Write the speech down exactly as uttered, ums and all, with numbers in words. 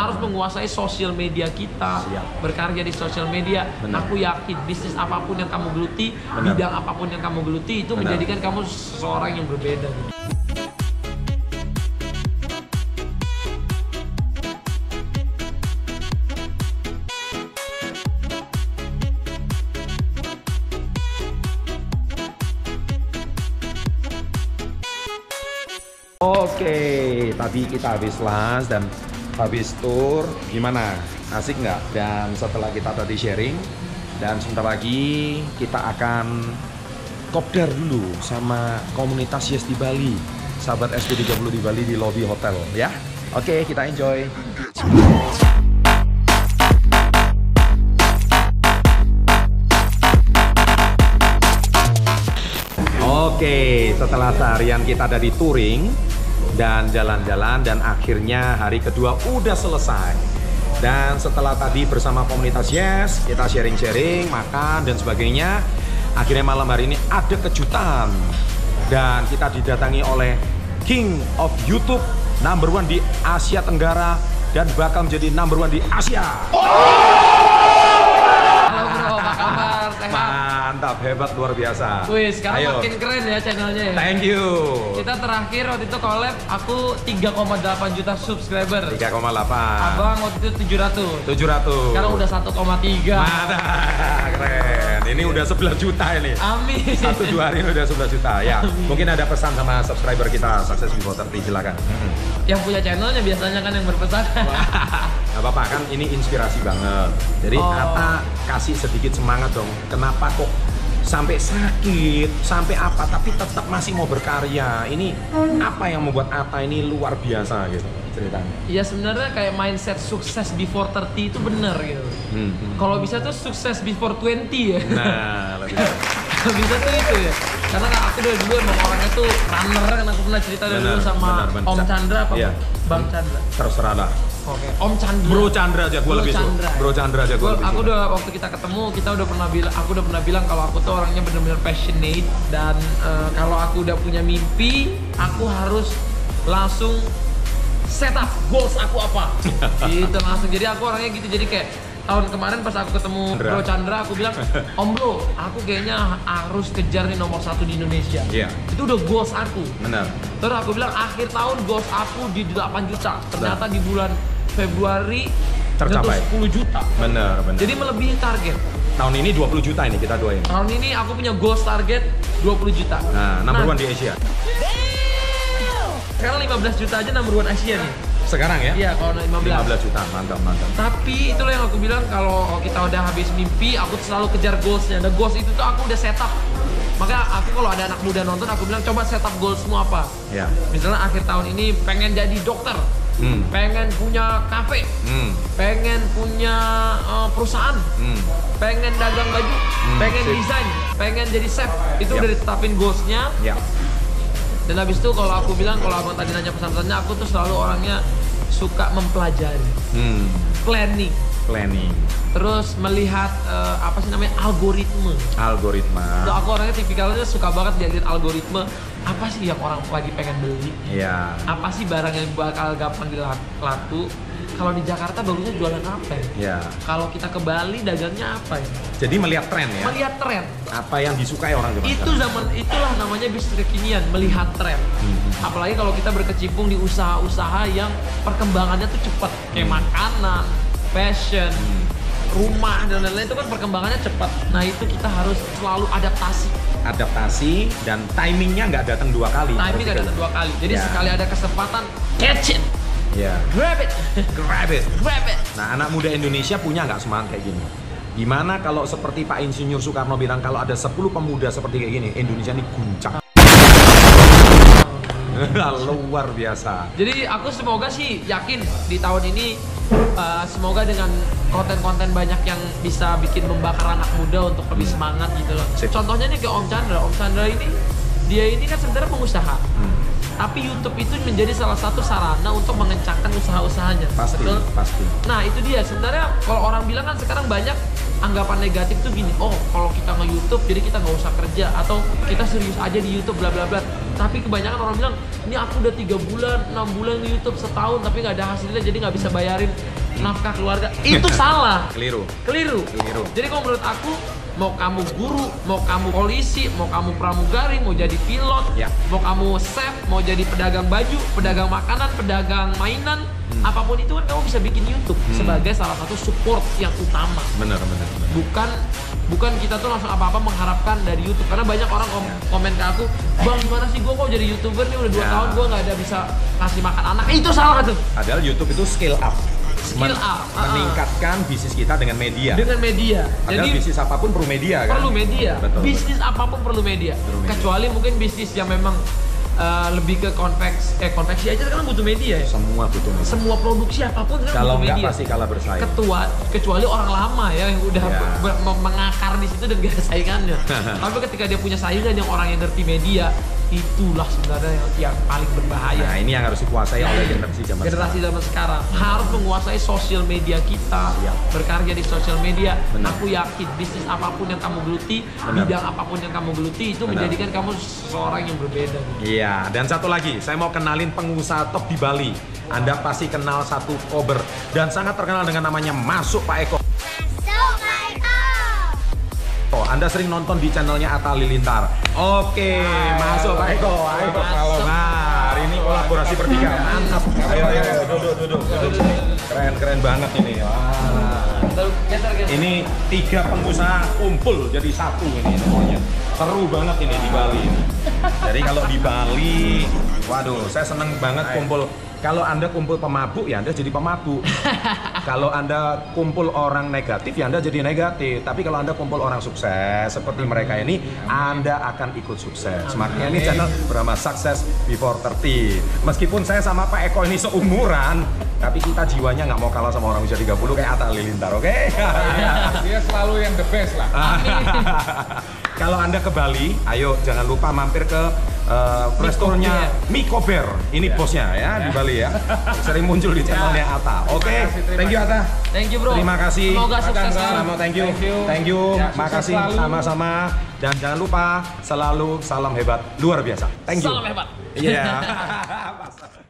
harus menguasai sosial media kita. Siap. Berkarya di sosial media. Benar. Aku yakin bisnis apapun yang kamu geluti, Benar. bidang apapun yang kamu geluti itu Benar. menjadikan kamu seseorang yang berbeda. Oke, tadi kita habis lunch dan habis tour, gimana? Asik nggak? Dan setelah kita tadi sharing, dan sebentar lagi kita akan kopdar dulu sama komunitas Yes di Bali, sahabat S P tiga puluh di Bali di lobby hotel ya. Oke, kita enjoy. Oke, setelah seharian kita ada di touring dan jalan-jalan dan akhirnya hari kedua udah selesai. Dan setelah tadi bersama komunitas Yes, kita sharing-sharing, makan dan sebagainya, akhirnya malam hari ini ada kejutan. Dan kita didatangi oleh King of YouTube, number one di Asia Tenggara dan bakal menjadi number one di Asia. Halo bro, apa kabar? Sehat? Mantap, hebat, luar biasa. Wih, sekarang Ayo. makin keren ya channelnya ya. Thank you. Kita terakhir waktu itu collab, aku tiga koma delapan juta subscriber. tiga koma delapan. Abang waktu itu tujuh ratus. tujuh ratus. Sekarang udah satu koma tiga. Mantap, keren. Ini udah sebelas juta ini. Amin. Satu dua hari ini udah sebelas juta ya. Mungkin ada pesan sama subscriber kita, Success Before tiga puluh, silakan. Yang punya channelnya biasanya kan yang berpesan. Gak apa-apa kan, ini inspirasi banget. Jadi Oh. Atta kasih sedikit semangat dong. Kenapa kok sampai sakit, sampai apa, tapi tetap masih mau berkarya. Ini apa yang membuat Atta ini luar biasa gitu ceritanya? Ya sebenarnya kayak mindset sukses before tiga puluh itu bener gitu. Hmm. hmm. Kalau bisa tuh sukses before dua puluh ya. Nah, lebih Kalau bisa tuh itu ya. Karena kan aku dari dulu emang orangnya tuh runner, kan aku pernah cerita dari Benar, dulu sama benar, benar. Om Chandra apa Iya. Bang Chandra. terserah lah. Oke, Om Chandra. Bro Chandra aja gue Bro lebih suka. Chandra. Bro Chandra aja gue Gua, lebih aku suka. udah waktu kita ketemu kita udah pernah bilang, aku udah pernah bilang kalau aku tuh orangnya benar-benar passionate dan eh, kalau aku udah punya mimpi, aku harus langsung set up goals aku apa. Gitu langsung. Jadi aku orangnya gitu. Jadi kayak tahun kemarin pas aku ketemu Chandra. Bro Chandra, aku bilang, Om Bro, aku kayaknya harus kejar nih nomor satu di Indonesia. Iya. Itu udah goals aku. Benar. Terus aku bilang akhir tahun goals aku di delapan juta. Ternyata di bulan Februari Tercapai. nyentuh sepuluh juta. Benar, benar. Jadi melebihi target. Tahun ini dua puluh juta ini kita doain. Tahun ini aku punya goals target dua puluh juta. Nah, number one di Asia. Sekarang lima belas juta aja number one Asia nih. Sekarang ya? Iya, kalau lima belas. lima belas juta, mantap, mantap. Tapi itulah yang aku bilang, kalau kita udah habis mimpi, aku selalu kejar goalsnya. Dan goals itu tuh aku udah set up. Maka aku kalau ada anak muda nonton, aku bilang coba set up goalsmu apa. Ya. Misalnya akhir tahun ini pengen jadi dokter, Hmm. pengen punya kafe, Hmm. pengen punya uh, perusahaan, Hmm. pengen dagang baju, Hmm, pengen sip. desain, pengen jadi chef. Itu Yap. udah ditetapin goalsnya. Ya. Dan habis itu kalau aku bilang, kalau abang tadi nanya pesan-pesannya, aku tuh selalu orangnya suka mempelajari, Hmm. planning, Planning, terus melihat eh, apa sih namanya, algoritma. Tuh, algoritma. aku orangnya tipikalnya suka banget dia lihat algoritma. Apa sih yang orang lagi pengen beli? Ya. Apa sih barang yang bakal gampang dilaku? Kalau di Jakarta bagusnya jualan apa ya? Ya. Kalau kita ke Bali dagangnya apa ya? Jadi melihat tren ya. Melihat tren. Apa yang disukai orang zaman Itu sekarang. zaman itulah namanya bisnis kekinian, melihat tren. Hmm. Apalagi kalau kita berkecimpung di usaha-usaha yang perkembangannya tuh cepat, kayak Hmm. makanan, fashion, Hmm. rumah dan lain-lain, itu kan perkembangannya cepat. Nah itu kita harus selalu adaptasi. Adaptasi dan timingnya nggak datang dua kali. Timing nggak datang dua kali. Jadi Ya. sekali ada kesempatan, catch it, Ya. grab it, Grab it. grab it. Nah, anak muda Indonesia punya nggak semangat kayak gini? Gimana kalau seperti Pak Insinyur Soekarno bilang, kalau ada sepuluh pemuda seperti kayak gini, Indonesia ini guncang. Luar biasa. Jadi aku semoga sih yakin di tahun ini uh, semoga dengan konten-konten banyak yang bisa bikin membakar anak muda untuk lebih semangat gitu loh. Sip. Contohnya nih ke Om Chandra. Om Chandra ini dia ini kan sebenarnya pengusaha. Hmm. Tapi YouTube itu menjadi salah satu sarana untuk mengencangkan usaha-usahanya. Pasti, Betul? pasti. Nah itu dia, sebenarnya kalau orang bilang kan sekarang banyak anggapan negatif tuh gini, oh kalau kita nge-YouTube jadi kita nggak usah kerja, atau kita serius aja di YouTube bla bla bla. Tapi kebanyakan orang bilang, ini aku udah tiga bulan, enam bulan di YouTube, setahun tapi nggak ada hasilnya, jadi nggak bisa bayarin nafkah keluarga. Itu salah. Keliru. Keliru. Keliru. Jadi kalau menurut aku, mau kamu guru, mau kamu polisi, mau kamu pramugari, mau jadi pilot, Ya. mau kamu chef, mau jadi pedagang baju, pedagang makanan, pedagang mainan, Hmm. apapun itu kan kamu bisa bikin YouTube Hmm. sebagai salah satu support yang utama. Bener, bener, bener. Bukan bukan kita tuh langsung apa-apa mengharapkan dari YouTube, karena banyak orang kom Ya. komen ke aku, bang gimana sih gue kok jadi YouTuber nih udah dua Ya. tahun gue nggak ada bisa ngasih makan anak. Itu salah tuh. Padahal YouTube itu skill up. Skill Men- up, uh-uh. meningkatkan bisnis kita dengan media. Dengan media. Padahal Jadi bisnis apapun perlu media kan? perlu media. Betul, Bisnis apapun perlu media. Perlu media. Kecuali mungkin bisnis yang memang uh, lebih ke konveks eh konveksi aja kan butuh media ya. Semua butuh media. Semua produksi apapun kan Kalau butuh enggak media. pasti kalah bersaing. Ketua, kecuali orang lama ya yang udah Ya. be- be- mengakar di situ dan gak ada saingannya. Tapi ketika dia punya saingan yang orang yang ngerti media, itulah sebenarnya yang, yang paling berbahaya. Nah, ini yang harus dikuasai oleh generasi zaman Generasi zaman sekarang harus menguasai sosial media kita, Siap. berkarya di sosial media. Benar. Aku yakin bisnis apapun yang kamu geluti, Benar. bidang apapun yang kamu geluti itu Benar. menjadikan kamu seorang yang berbeda. Iya, dan satu lagi, saya mau kenalin pengusaha top di Bali. Anda pasti kenal satu kober dan sangat terkenal dengan namanya Masuk Pak Eko. Oh, Anda sering nonton di channelnya Atta Halilintar. Oke, masuk Pak Eko. Ayo, Masuk. nah, hari ini kolaborasi bertiga. Mantap. Ayo, ayo, ayo, duduk, duduk, duduk. Keren, keren banget ini. Wah. Lalu, geser, geser. Ini tiga pengusaha kumpul jadi satu ini semuanya. Seru banget ini di Bali. Jadi kalau di Bali, waduh, saya seneng banget kumpul. Kalau Anda kumpul pemabuk, ya Anda jadi pemabuk. Kalau Anda kumpul orang negatif, ya Anda jadi negatif. Tapi kalau Anda kumpul orang sukses seperti mereka ini, Anda akan ikut sukses. Makanya ini channel bernama Success Before tiga puluh. Meskipun saya sama Pak Eko ini seumuran, tapi kita jiwanya nggak mau kalah sama orang usia tiga puluh kayak Atta Halilintar, oke? Dia selalu yang the best lah. Kalau Anda ke Bali, ayo jangan lupa mampir ke uh, restorannya Miko Bear. Ini bosnya ya di Bali ya. Sering muncul di channelnya Atta. Oke, Terima kasih, terima thank you Atta. Thank you bro. Terima kasih. Semoga sukses Bro. selalu. Sama, thank you. Thank you. Thank you. Ya, sukses Makasih selalu. sama-sama. Dan jangan lupa selalu salam hebat luar biasa. Thank you. Salam hebat. Iya.